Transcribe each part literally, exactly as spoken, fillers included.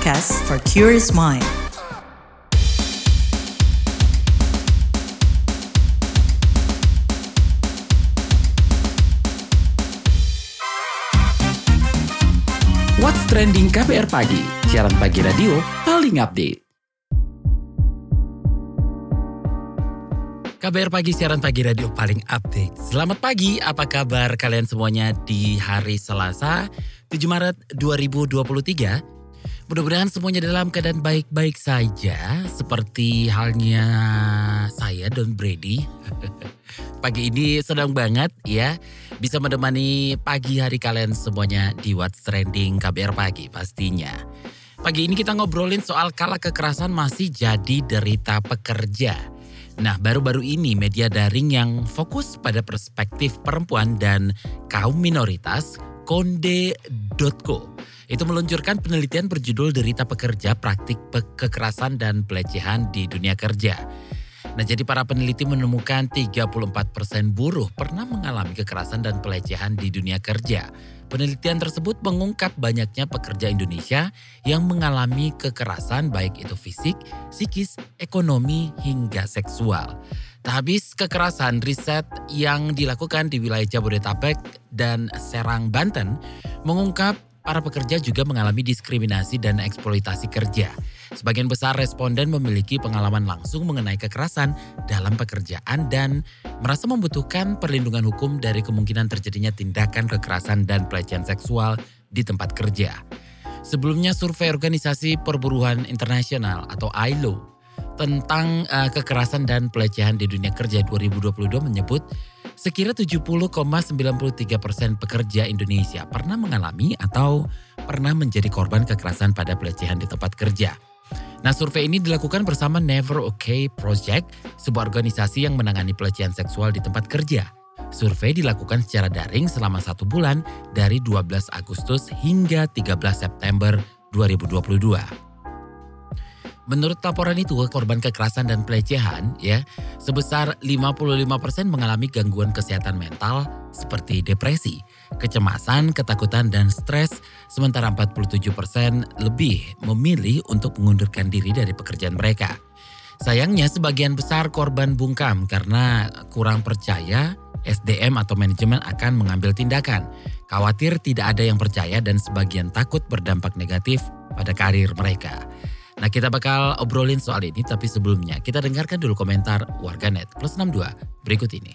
podcast for curious mind. What's Trending K B R Pagi, siaran pagi radio paling update. K B R Pagi, siaran pagi radio paling update. Selamat pagi, apa kabar kalian semuanya di hari Selasa, tujuh Maret dua ribu dua puluh tiga? Mudah-mudahan semuanya dalam keadaan baik-baik saja, seperti halnya saya Don Brady. Pagi ini senang banget ya, bisa menemani pagi hari kalian semuanya di What's Trending K B R Pagi pastinya. Pagi ini kita ngobrolin soal kala kekerasan masih jadi derita pekerja. Nah, baru-baru ini media daring yang fokus pada perspektif perempuan dan kaum minoritas, konde dot co, itu meluncurkan penelitian berjudul Derita Pekerja, Praktik Kekerasan dan Pelecehan di Dunia Kerja. Nah, jadi para peneliti menemukan tiga puluh empat persen buruh pernah mengalami kekerasan dan pelecehan di dunia kerja. Penelitian tersebut mengungkap banyaknya pekerja Indonesia yang mengalami kekerasan baik itu fisik, psikis, ekonomi, hingga seksual. Tak habis kekerasan, riset yang dilakukan di wilayah Jabodetabek dan Serang, Banten mengungkap para pekerja juga mengalami diskriminasi dan eksploitasi kerja. Sebagian besar responden memiliki pengalaman langsung mengenai kekerasan dalam pekerjaan dan merasa membutuhkan perlindungan hukum dari kemungkinan terjadinya tindakan kekerasan dan pelecehan seksual di tempat kerja. Sebelumnya, survei Organisasi Perburuhan Internasional atau I L O tentang uh, kekerasan dan pelecehan di dunia kerja dua ribu dua puluh dua menyebut sekira tujuh puluh koma sembilan tiga persen pekerja Indonesia pernah mengalami atau pernah menjadi korban kekerasan pada pelecehan di tempat kerja. Nah, survei ini dilakukan bersama Never OK Project, sebuah organisasi yang menangani pelecehan seksual di tempat kerja. Survei dilakukan secara daring selama satu bulan dari dua belas Agustus hingga tiga belas September dua ribu dua puluh dua. Menurut laporan itu, korban kekerasan dan pelecehan ya sebesar lima puluh lima persen mengalami gangguan kesehatan mental seperti depresi, kecemasan, ketakutan, dan stres, sementara empat puluh tujuh persen lebih memilih untuk mengundurkan diri dari pekerjaan mereka. Sayangnya sebagian besar korban bungkam karena kurang percaya S D M atau manajemen akan mengambil tindakan. Khawatir tidak ada yang percaya dan sebagian takut berdampak negatif pada karir mereka. Nah, kita bakal obrolin soal ini, tapi sebelumnya kita dengarkan dulu komentar warganet plus enam dua berikut ini.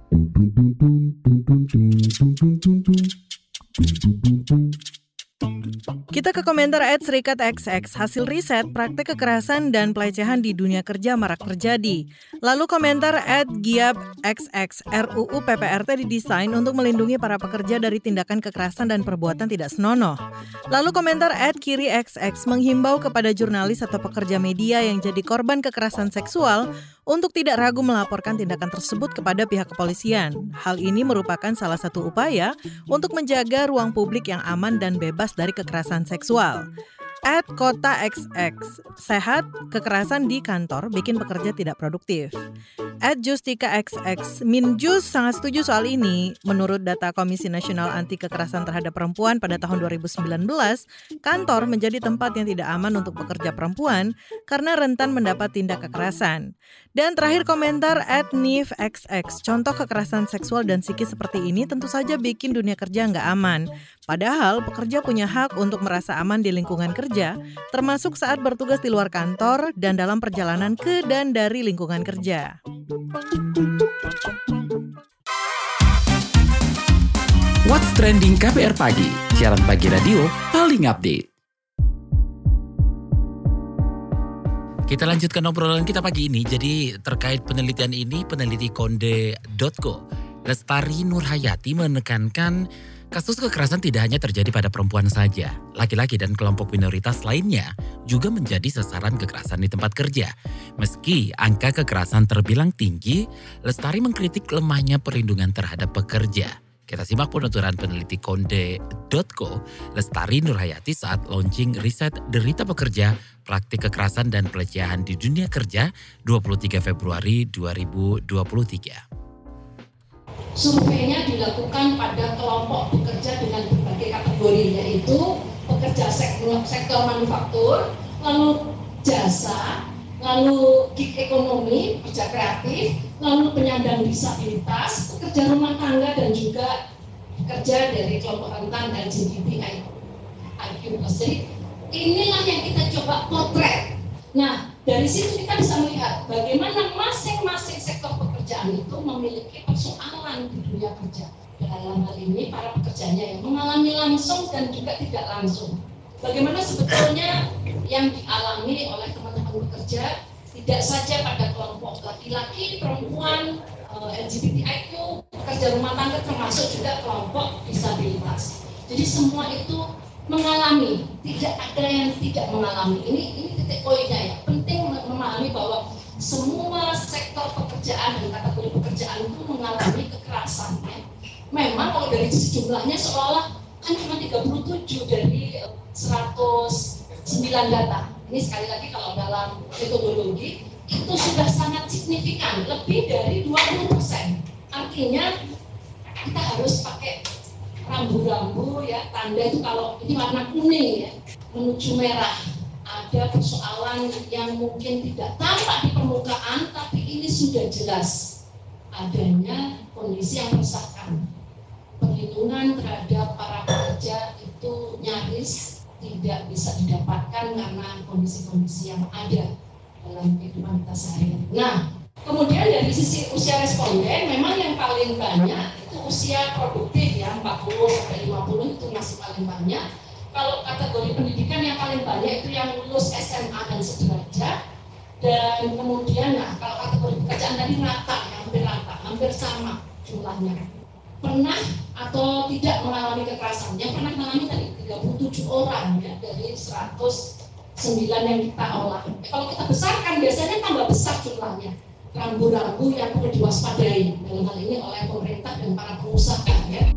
Kita ke komentar at Serikat X X. Hasil riset, praktek kekerasan dan pelecehan di dunia kerja marak terjadi. Lalu komentar at Giab X X. R U U P P R T didesain untuk melindungi para pekerja dari tindakan kekerasan dan perbuatan tidak senonoh. Lalu komentar at Kiri X X menghimbau kepada jurnalis atau pekerja media yang jadi korban kekerasan seksual untuk tidak ragu melaporkan tindakan tersebut kepada pihak kepolisian. Hal ini merupakan salah satu upaya untuk menjaga ruang publik yang aman dan bebas dari kekerasan seksual. At Kota X X, sehat, kekerasan di kantor bikin pekerja tidak produktif. At Justika X X, Minjus sangat setuju soal ini. Menurut data Komisi Nasional Anti Kekerasan Terhadap Perempuan pada tahun dua ribu sembilan belas, kantor menjadi tempat yang tidak aman untuk pekerja perempuan karena rentan mendapat tindak kekerasan. Dan terakhir komentar at Nif X X, contoh kekerasan seksual dan psikis seperti ini tentu saja bikin dunia kerja nggak aman. Padahal pekerja punya hak untuk merasa aman di lingkungan kerja, termasuk saat bertugas di luar kantor dan dalam perjalanan ke dan dari lingkungan kerja. What's Trending K B R Pagi, siaran pagi radio paling update. Kita lanjutkan obrolan kita pagi ini. Jadi terkait penelitian ini, peneliti konde dot co, Lestari Nurhayati menekankan kasus kekerasan tidak hanya terjadi pada perempuan saja. Laki-laki dan kelompok minoritas lainnya juga menjadi sasaran kekerasan di tempat kerja. Meski angka kekerasan terbilang tinggi, Lestari mengkritik lemahnya perlindungan terhadap pekerja. Kita simak penuturan peneliti konde dot co, Lestari Nurhayati saat launching riset Derita Pekerja, Praktik Kekerasan dan Pelecehan di Dunia Kerja dua puluh tiga Februari dua ribu dua puluh tiga. Surveinya dilakukan pada kelompok pekerja dengan berbagai kategori, yaitu pekerja seks sektor manufaktur, lalu jasa, lalu gig ekonomi, kerja kreatif, lalu penyandang disabilitas, pekerja rumah tangga, dan juga pekerja dari kelompok rentan L G B T I Q plus. Jadi inilah yang kita coba potret. Nah, dari situ kita bisa melihat bagaimana masing-masing sektor pekerjaan itu memiliki persoalan di dunia kerja. Dalam hal ini para pekerjanya yang mengalami langsung dan juga tidak langsung. Bagaimana sebetulnya yang dialami oleh teman-teman pekerja, tidak saja pada kelompok laki-laki, perempuan, L G B T I Q, pekerja rumah tangga, termasuk juga kelompok disabilitas. Jadi semua itu mengalami, tidak ada yang tidak mengalami. Ini ini titik poinnya ya. Penting memahami bahwa semua sektor pekerjaan dan kategori pekerjaan itu mengalami kekerasan. Ya. Memang kalau dari sisi jumlahnya seolah-olah kan cuma tiga puluh tujuh dari seratus sembilan data. Ini sekali lagi kalau dalam metodologi itu sudah sangat signifikan, lebih dari dua puluh persen. Artinya kita harus pakai rambu-rambu ya, tanda itu kalau ini warna kuning ya, menuju merah. Ada persoalan yang mungkin tidak tampak di permukaan, tapi ini sudah jelas adanya kondisi yang meresahkan. Perlindungan terhadap para pekerja itu nyaris tidak bisa didapatkan karena kondisi-kondisi yang ada dalam kehidupan kita sehari-hari. Nah, kemudian dari sisi usia responden, memang yang paling banyak itu usia produktif ya, empat puluh sampai lima puluh itu masih paling banyak. Kalau kategori pendidikan yang paling banyak itu yang lulus S M A dan sederajat. Dan kemudian, nah kalau kategori pekerjaan tadi rata, ya, hampir rata, hampir sama jumlahnya. Pernah atau tidak mengalami kekerasan? Yang pernah mengalami tadi tiga puluh tujuh orang ya, dari seratus sembilan yang kita olah. Eh, kalau kita besarkan biasanya tambah besar jumlahnya. Rambu-rambu yang perlu diwaspadai dalam hal ini oleh pemerintah dan para pengusaha ya.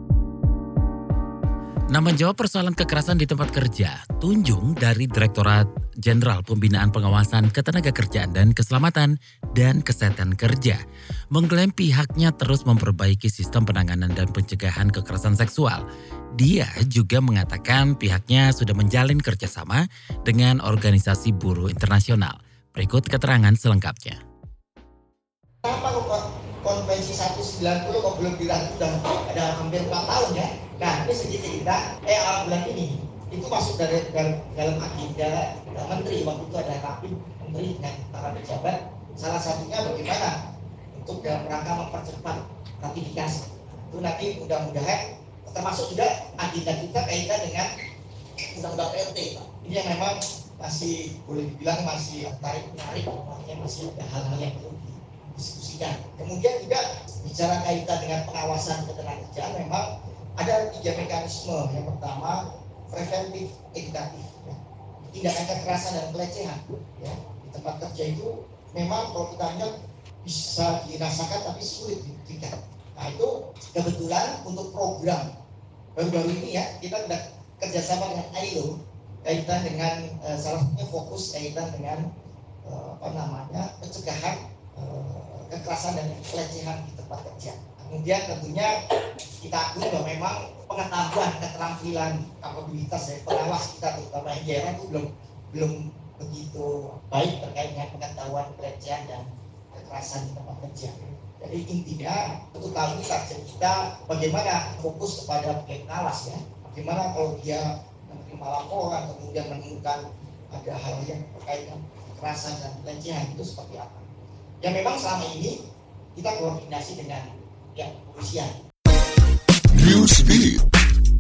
Nah, menjawab persoalan kekerasan di tempat kerja, Tunjung dari Direktorat Jenderal Pembinaan Pengawasan Ketenagakerjaan dan Keselamatan dan Kesehatan Kerja mengklaim pihaknya terus memperbaiki sistem penanganan dan pencegahan kekerasan seksual. Dia juga mengatakan pihaknya sudah menjalin kerjasama dengan organisasi buruh internasional. Berikut keterangan selengkapnya. Kenapa kok konvensi seratus sembilan puluh kok belum dilantik, sudah ada hampir empat tahun ya. Nah, ini sedikit kita, eh awal bulan ini, itu masuk dari, dari dalam agenda menteri, waktu itu ada rapim menteri dengan para pejabat. Salah satunya bagaimana untuk dalam rangka mempercepat ratifikasi. Itu nanti mudah-mudahan termasuk juga agenda kita kaitan dengan undang-undang P R T. Ini yang memang masih boleh dibilang masih tarik-menarik, makanya masih ada hal-hal yang perlu didiskusikan. Kemudian juga bicara kaitan dengan pengawasan ketenagakerjaan, memang ada tiga mekanisme. Yang pertama, preventif edukatif, ya. Tindakan kekerasan dan pelecehan ya, di tempat kerja itu memang kalau kita lihat bisa dirasakan tapi sulit dibuktikan. Nah itu kebetulan untuk program baru-baru ini ya, kita sudah kerjasama dengan I L O kaitan dengan uh, salah satunya fokus kaitan dengan uh, apa namanya pencegahan uh, kekerasan dan pelecehan di tempat kerja. Kemudian tentunya kita akui bahwa memang pengetahuan, keterampilan, kapabilitas dari pengawas kita terutama yang daerah itu belum belum begitu baik terkait dengan pengetahuan pelecehan dan kekerasan di tempat kerja. Jadi intinya untuk tahun ini target kita bagaimana fokus kepada pengawas ya. Bagaimana kalau dia menerima laporan kemudian menemukan ada hal yang terkait dengan kekerasan dan pelecehan itu seperti apa. Yang memang selama ini kita koordinasi dengan ya, kepolisian. Newsbeat.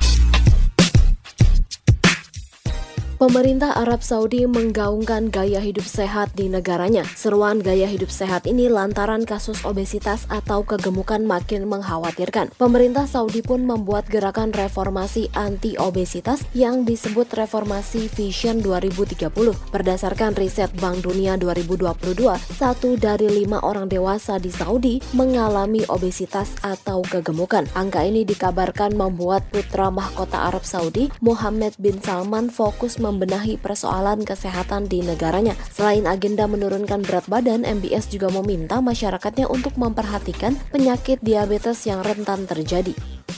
Pemerintah Arab Saudi menggaungkan gaya hidup sehat di negaranya. Seruan gaya hidup sehat ini lantaran kasus obesitas atau kegemukan makin mengkhawatirkan. Pemerintah Saudi pun membuat gerakan reformasi anti-obesitas yang disebut Reformasi Vision dua ribu tiga puluh. Berdasarkan riset Bank Dunia dua ribu dua puluh dua, satu dari lima orang dewasa di Saudi mengalami obesitas atau kegemukan. Angka ini dikabarkan membuat putra mahkota Arab Saudi, Muhammad bin Salman, fokus membenahi persoalan kesehatan di negaranya. Selain agenda menurunkan berat badan, M B S juga meminta masyarakatnya untuk memperhatikan penyakit diabetes yang rentan terjadi.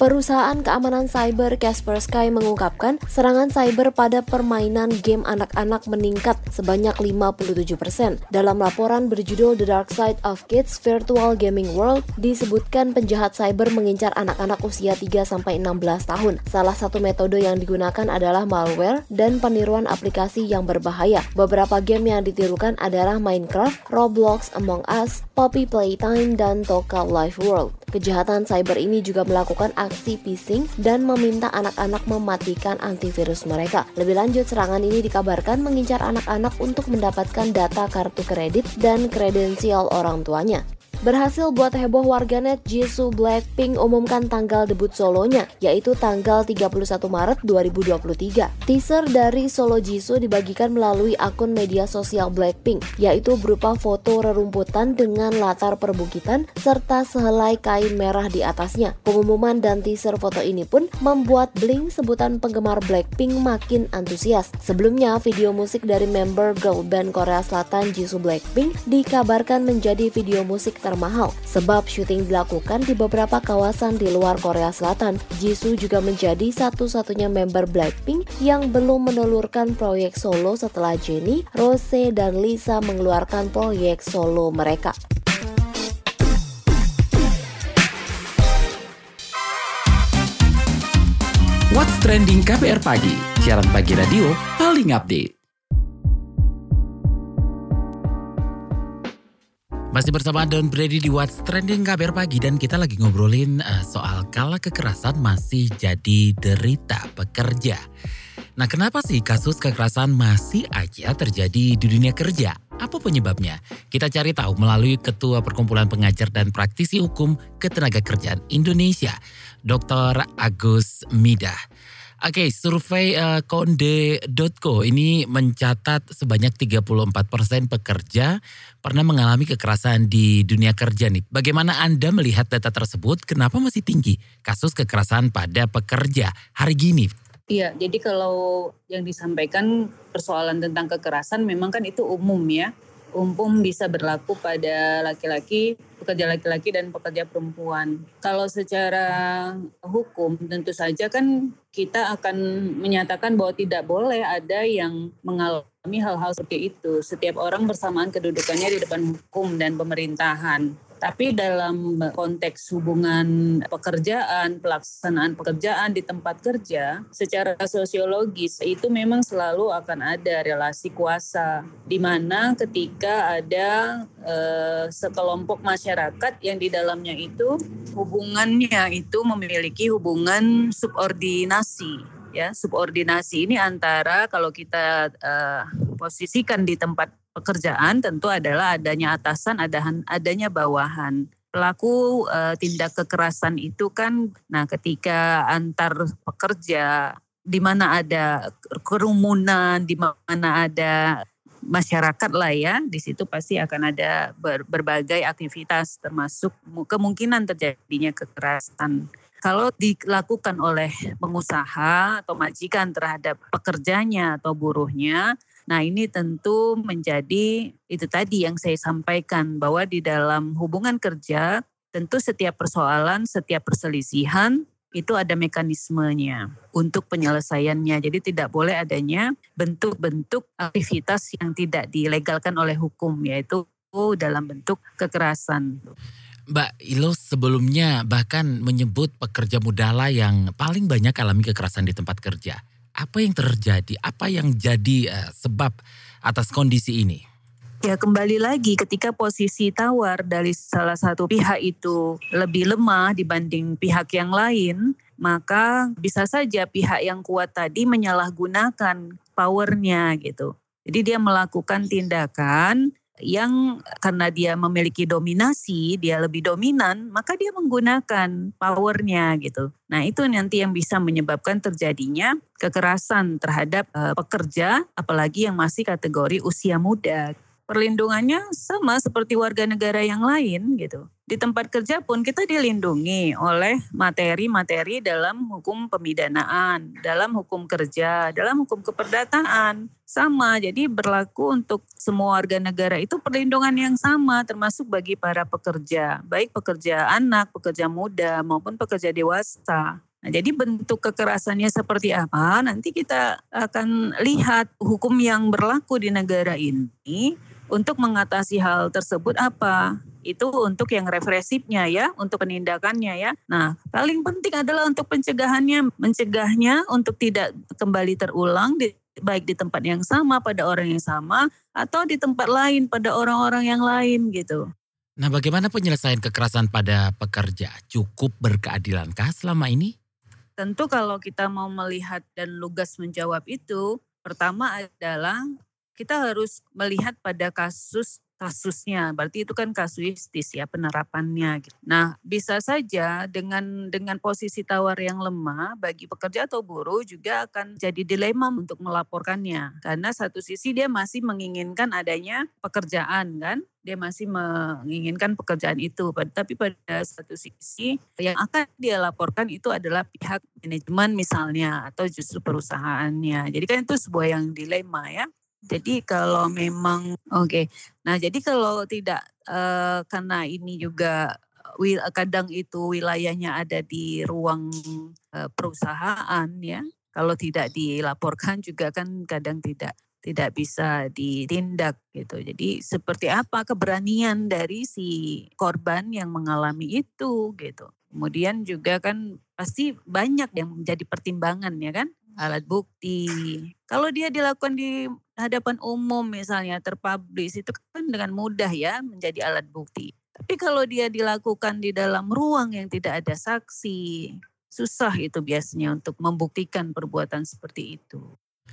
Perusahaan keamanan cyber Kaspersky mengungkapkan serangan cyber pada permainan game anak-anak meningkat sebanyak lima puluh tujuh persen. Dalam laporan berjudul The Dark Side of Kids Virtual Gaming World, disebutkan penjahat cyber mengincar anak-anak usia tiga sampai enam belas tahun. Salah satu metode yang digunakan adalah malware dan peniruan aplikasi yang berbahaya. Beberapa game yang ditirukan adalah Minecraft, Roblox, Among Us, Poppy Playtime, dan Toca Life World. Kejahatan cyber ini juga melakukan aksi phishing dan meminta anak-anak mematikan antivirus mereka. Lebih lanjut, serangan ini dikabarkan mengincar anak-anak untuk mendapatkan data kartu kredit dan kredensial orang tuanya. Berhasil buat heboh warganet, Jisoo Blackpink umumkan tanggal debut solonya, yaitu tanggal tiga puluh satu Maret dua ribu dua puluh tiga. Teaser dari solo Jisoo dibagikan melalui akun media sosial Blackpink, yaitu berupa foto rerumputan dengan latar perbukitan serta sehelai kain merah di atasnya. Pengumuman dan teaser foto ini pun membuat Blink, sebutan penggemar Blackpink, makin antusias. Sebelumnya, video musik dari member girl band Korea Selatan Jisoo Blackpink dikabarkan menjadi video musik termahal sebab syuting dilakukan di beberapa kawasan di luar Korea Selatan. Jisoo juga menjadi satu-satunya member Blackpink yang belum menelurkan proyek solo setelah Jennie, Rose, dan Lisa mengeluarkan proyek solo mereka. What's Trending K B R Pagi, siaran pagi radio paling update. Masih bersama Don Brady di What's Trending K B R Pagi, dan kita lagi ngobrolin uh, soal kala kekerasan masih jadi derita pekerja. Nah, kenapa sih kasus kekerasan masih aja terjadi di dunia kerja? Apa penyebabnya? Kita cari tahu melalui Ketua Perkumpulan Pengajar dan Praktisi Hukum Ketenagakerjaan Indonesia, Doktor Agus Midah. Oke, okay, survei uh, konde dot co ini mencatat sebanyak tiga puluh empat persen pekerja pernah mengalami kekerasan di dunia kerja nih. Bagaimana Anda melihat data tersebut? Kenapa masih tinggi kasus kekerasan pada pekerja hari gini? Iya, jadi kalau yang disampaikan persoalan tentang kekerasan memang kan itu umum ya. Umum bisa berlaku pada laki-laki, pekerja laki-laki dan pekerja perempuan. Kalau secara hukum tentu saja kan kita akan menyatakan bahwa tidak boleh ada yang mengalami hal-hal seperti itu. Setiap orang bersamaan kedudukannya di depan hukum dan pemerintahan. Tapi dalam konteks hubungan pekerjaan, pelaksanaan pekerjaan di tempat kerja, secara sosiologis itu memang selalu akan ada relasi kuasa, di mana ketika ada eh, sekelompok masyarakat yang di dalamnya itu hubungannya itu memiliki hubungan subordinasi. Ya, subordinasi ini antara kalau kita uh, posisikan di tempat pekerjaan tentu adalah adanya atasan, ada adanya bawahan. Pelaku uh, tindak kekerasan itu kan, nah ketika antar pekerja di mana ada kerumunan, di mana ada masyarakat lah ya, di situ pasti akan ada ber, berbagai aktivitas termasuk kemungkinan terjadinya kekerasan. Kalau dilakukan oleh pengusaha atau majikan terhadap pekerjanya atau buruhnya, nah ini tentu menjadi itu tadi yang saya sampaikan bahwa di dalam hubungan kerja tentu setiap persoalan, setiap perselisihan itu ada mekanismenya untuk penyelesaiannya. Jadi tidak boleh adanya bentuk-bentuk aktivitas yang tidak dilegalkan oleh hukum, yaitu dalam bentuk kekerasan. Mbak Ilo sebelumnya bahkan menyebut pekerja muda lah yang paling banyak alami kekerasan di tempat kerja. Apa yang terjadi? Apa yang jadi uh, sebab atas kondisi ini? Ya kembali lagi ketika posisi tawar dari salah satu pihak itu lebih lemah dibanding pihak yang lain, maka bisa saja pihak yang kuat tadi menyalahgunakan powernya gitu. Jadi dia melakukan tindakan yang karena dia memiliki dominasi, dia lebih dominan, maka dia menggunakan powernya gitu. Nah itu nanti yang bisa menyebabkan terjadinya kekerasan terhadap uh, pekerja, apalagi yang masih kategori usia muda. Perlindungannya sama seperti warga negara yang lain gitu. di tempat kerja pun kita dilindungi oleh materi-materi dalam hukum pemidanaan, dalam hukum kerja, dalam hukum keperdataan. Sama, jadi berlaku untuk semua warga negara itu perlindungan yang sama termasuk bagi para pekerja, baik pekerja anak, pekerja muda maupun pekerja dewasa. Nah, jadi bentuk kekerasannya seperti apa, nanti kita akan lihat hukum yang berlaku di negara ini untuk mengatasi hal tersebut apa. Itu untuk yang represifnya ya, untuk penindakannya ya. Nah, paling penting adalah untuk pencegahannya, mencegahnya untuk tidak kembali terulang, di, baik di tempat yang sama pada orang yang sama atau di tempat lain pada orang-orang yang lain gitu. Nah, bagaimana penyelesaian kekerasan pada pekerja? Cukup berkeadilankah selama ini? Tentu kalau kita mau melihat dan lugas menjawab itu, pertama adalah kita harus melihat pada kasus kasusnya, berarti itu kan kasuistis ya penerapannya. Nah, bisa saja dengan dengan posisi tawar yang lemah bagi pekerja atau buruh juga akan jadi dilema untuk melaporkannya. Karena satu sisi dia masih menginginkan adanya pekerjaan kan, dia masih menginginkan pekerjaan itu. Tapi pada satu sisi yang akan dia laporkan itu adalah pihak manajemen misalnya atau justru perusahaannya. Jadi kan itu sebuah yang dilema ya. Jadi kalau memang oke, okay. Nah jadi kalau tidak uh, karena ini juga wil, kadang itu wilayahnya ada di ruang uh, perusahaan ya, kalau tidak dilaporkan juga kan kadang tidak tidak bisa ditindak gitu. Jadi seperti apa keberanian dari si korban yang mengalami itu gitu. Kemudian juga kan pasti banyak yang menjadi pertimbangan ya kan. Alat bukti. Kalau dia dilakukan di hadapan umum misalnya terpublish itu kan dengan mudah ya menjadi alat bukti. Tapi kalau dia dilakukan di dalam ruang yang tidak ada saksi, susah itu biasanya untuk membuktikan perbuatan seperti itu.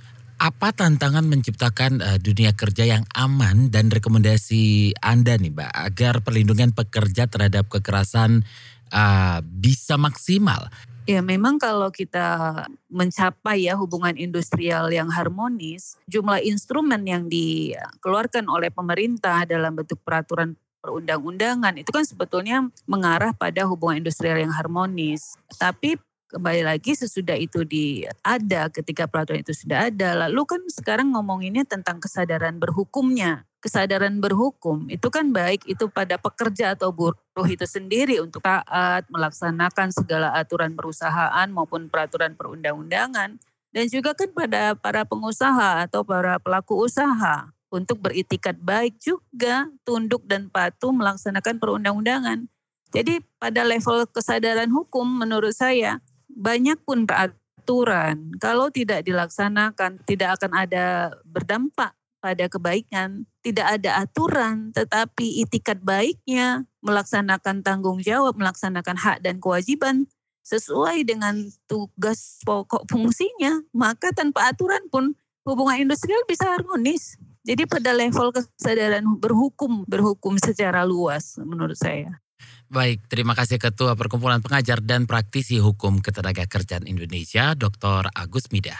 Apa tantangan menciptakan uh, dunia kerja yang aman dan rekomendasi Anda nih Mbak agar perlindungan pekerja terhadap kekerasan uh, bisa maksimal? Ya memang kalau kita mencapai ya hubungan industrial yang harmonis, jumlah instrumen yang dikeluarkan oleh pemerintah dalam bentuk peraturan perundang-undangan itu kan sebetulnya mengarah pada hubungan industrial yang harmonis. Tapi kembali lagi sesudah itu di ada ketika peraturan itu sudah ada, lalu kan sekarang ngomonginnya tentang kesadaran berhukumnya. Kesadaran berhukum itu kan baik itu pada pekerja atau buruh itu sendiri untuk taat melaksanakan segala aturan perusahaan maupun peraturan perundang-undangan, dan juga kan pada para pengusaha atau para pelaku usaha untuk beritikat baik juga tunduk dan patuh melaksanakan perundang-undangan. Jadi pada level kesadaran hukum menurut saya banyak pun peraturan kalau tidak dilaksanakan tidak akan ada berdampak pada kebaikan. Tidak ada aturan, tetapi itikat baiknya, melaksanakan tanggung jawab, melaksanakan hak dan kewajiban sesuai dengan tugas pokok fungsinya, maka tanpa aturan pun hubungan industrial bisa harmonis. Jadi pada level kesadaran berhukum, berhukum secara luas menurut saya. Baik, terima kasih Ketua Perkumpulan Pengajar dan Praktisi Hukum Ketenagakerjaan Indonesia, Doktor Agus Midah.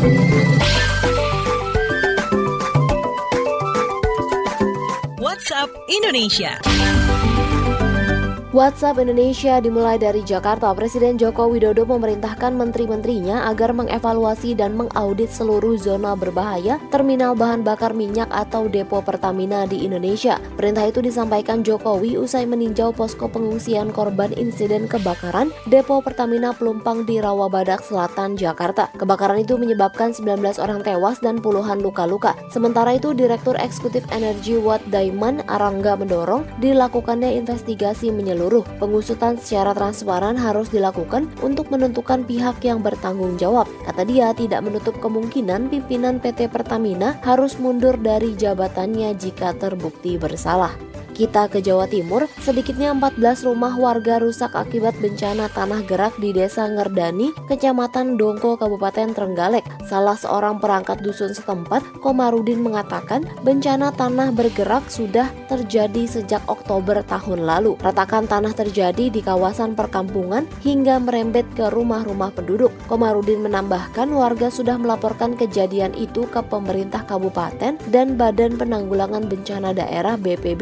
WhatsApp Indonesia. WhatsApp Indonesia dimulai dari Jakarta. Presiden Joko Widodo memerintahkan menteri-menterinya agar mengevaluasi dan mengaudit seluruh zona berbahaya terminal bahan bakar minyak atau depo Pertamina di Indonesia. Perintah itu disampaikan Jokowi usai meninjau posko pengungsian korban insiden kebakaran depo Pertamina Pelumpang di Rawabadak Selatan, Jakarta. Kebakaran itu menyebabkan sembilan belas orang tewas dan puluhan luka-luka. Sementara itu, Direktur Eksekutif Energi Watt Daiman Arangga mendorong dilakukannya investigasi menyeluruh. Pengusutan secara transparan harus dilakukan untuk menentukan pihak yang bertanggung jawab. Kata dia, tidak menutup kemungkinan pimpinan P T Pertamina harus mundur dari jabatannya jika terbukti bersalah. Kita ke Jawa Timur, sedikitnya empat belas rumah warga rusak akibat bencana tanah gerak di Desa Ngerdani, Kecamatan Dongko, Kabupaten Trenggalek. Salah seorang perangkat dusun setempat, Komarudin, mengatakan bencana tanah bergerak sudah terjadi sejak Oktober tahun lalu. Retakan tanah terjadi di kawasan perkampungan hingga merembet ke rumah-rumah penduduk. Komarudin menambahkan warga sudah melaporkan kejadian itu ke pemerintah kabupaten dan Badan Penanggulangan Bencana Daerah B P B D Trenggalek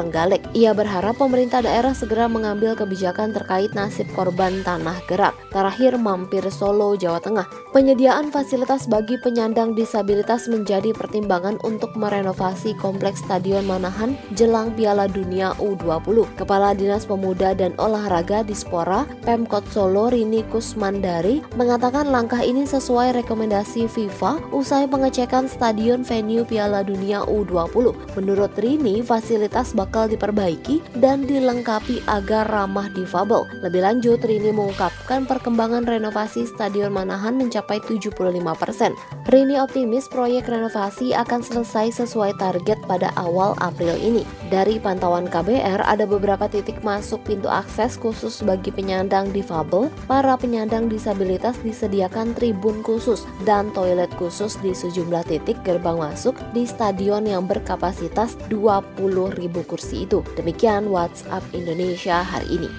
Trenggalek. Ia berharap pemerintah daerah segera mengambil kebijakan terkait nasib korban tanah gerak. Terakhir mampir Solo, Jawa Tengah. Penyediaan fasilitas bagi penyandang disabilitas menjadi pertimbangan untuk merenovasi kompleks Stadion Manahan jelang Piala Dunia U dua puluh. Kepala Dinas Pemuda dan Olahraga Dispora Pemkot Solo Rini Kusmandari mengatakan langkah ini sesuai rekomendasi FIFA usai pengecekan stadion venue Piala Dunia U dua puluh. Menurut Rini, fasilitas bakal diperbaiki dan dilengkapi agar ramah difabel. Lebih lanjut, Rini mengungkapkan perkembangan renovasi Stadion Manahan mencapai tujuh puluh lima persen. Rini optimis proyek renovasi akan selesai sesuai target pada awal April ini. Dari pantauan K B R, ada beberapa titik masuk pintu akses khusus bagi penyandang difabel. Para penyandang disabilitas disediakan tribun khusus dan toilet khusus di sejumlah titik gerbang masuk di stadion yang berkapasitas dua puluh ribu kursi itu. Demikian WhatsApp Indonesia hari ini.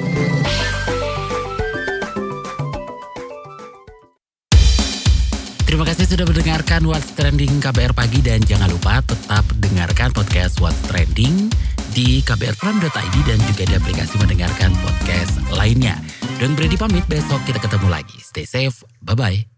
Terima kasih sudah mendengarkan What's Trending K B R Pagi dan jangan lupa tetap dengarkan podcast What's Trending di k b r prime dot i d dan juga di aplikasi mendengarkan podcast lainnya. Don Brady pamit, besok kita ketemu lagi. Stay safe, bye-bye.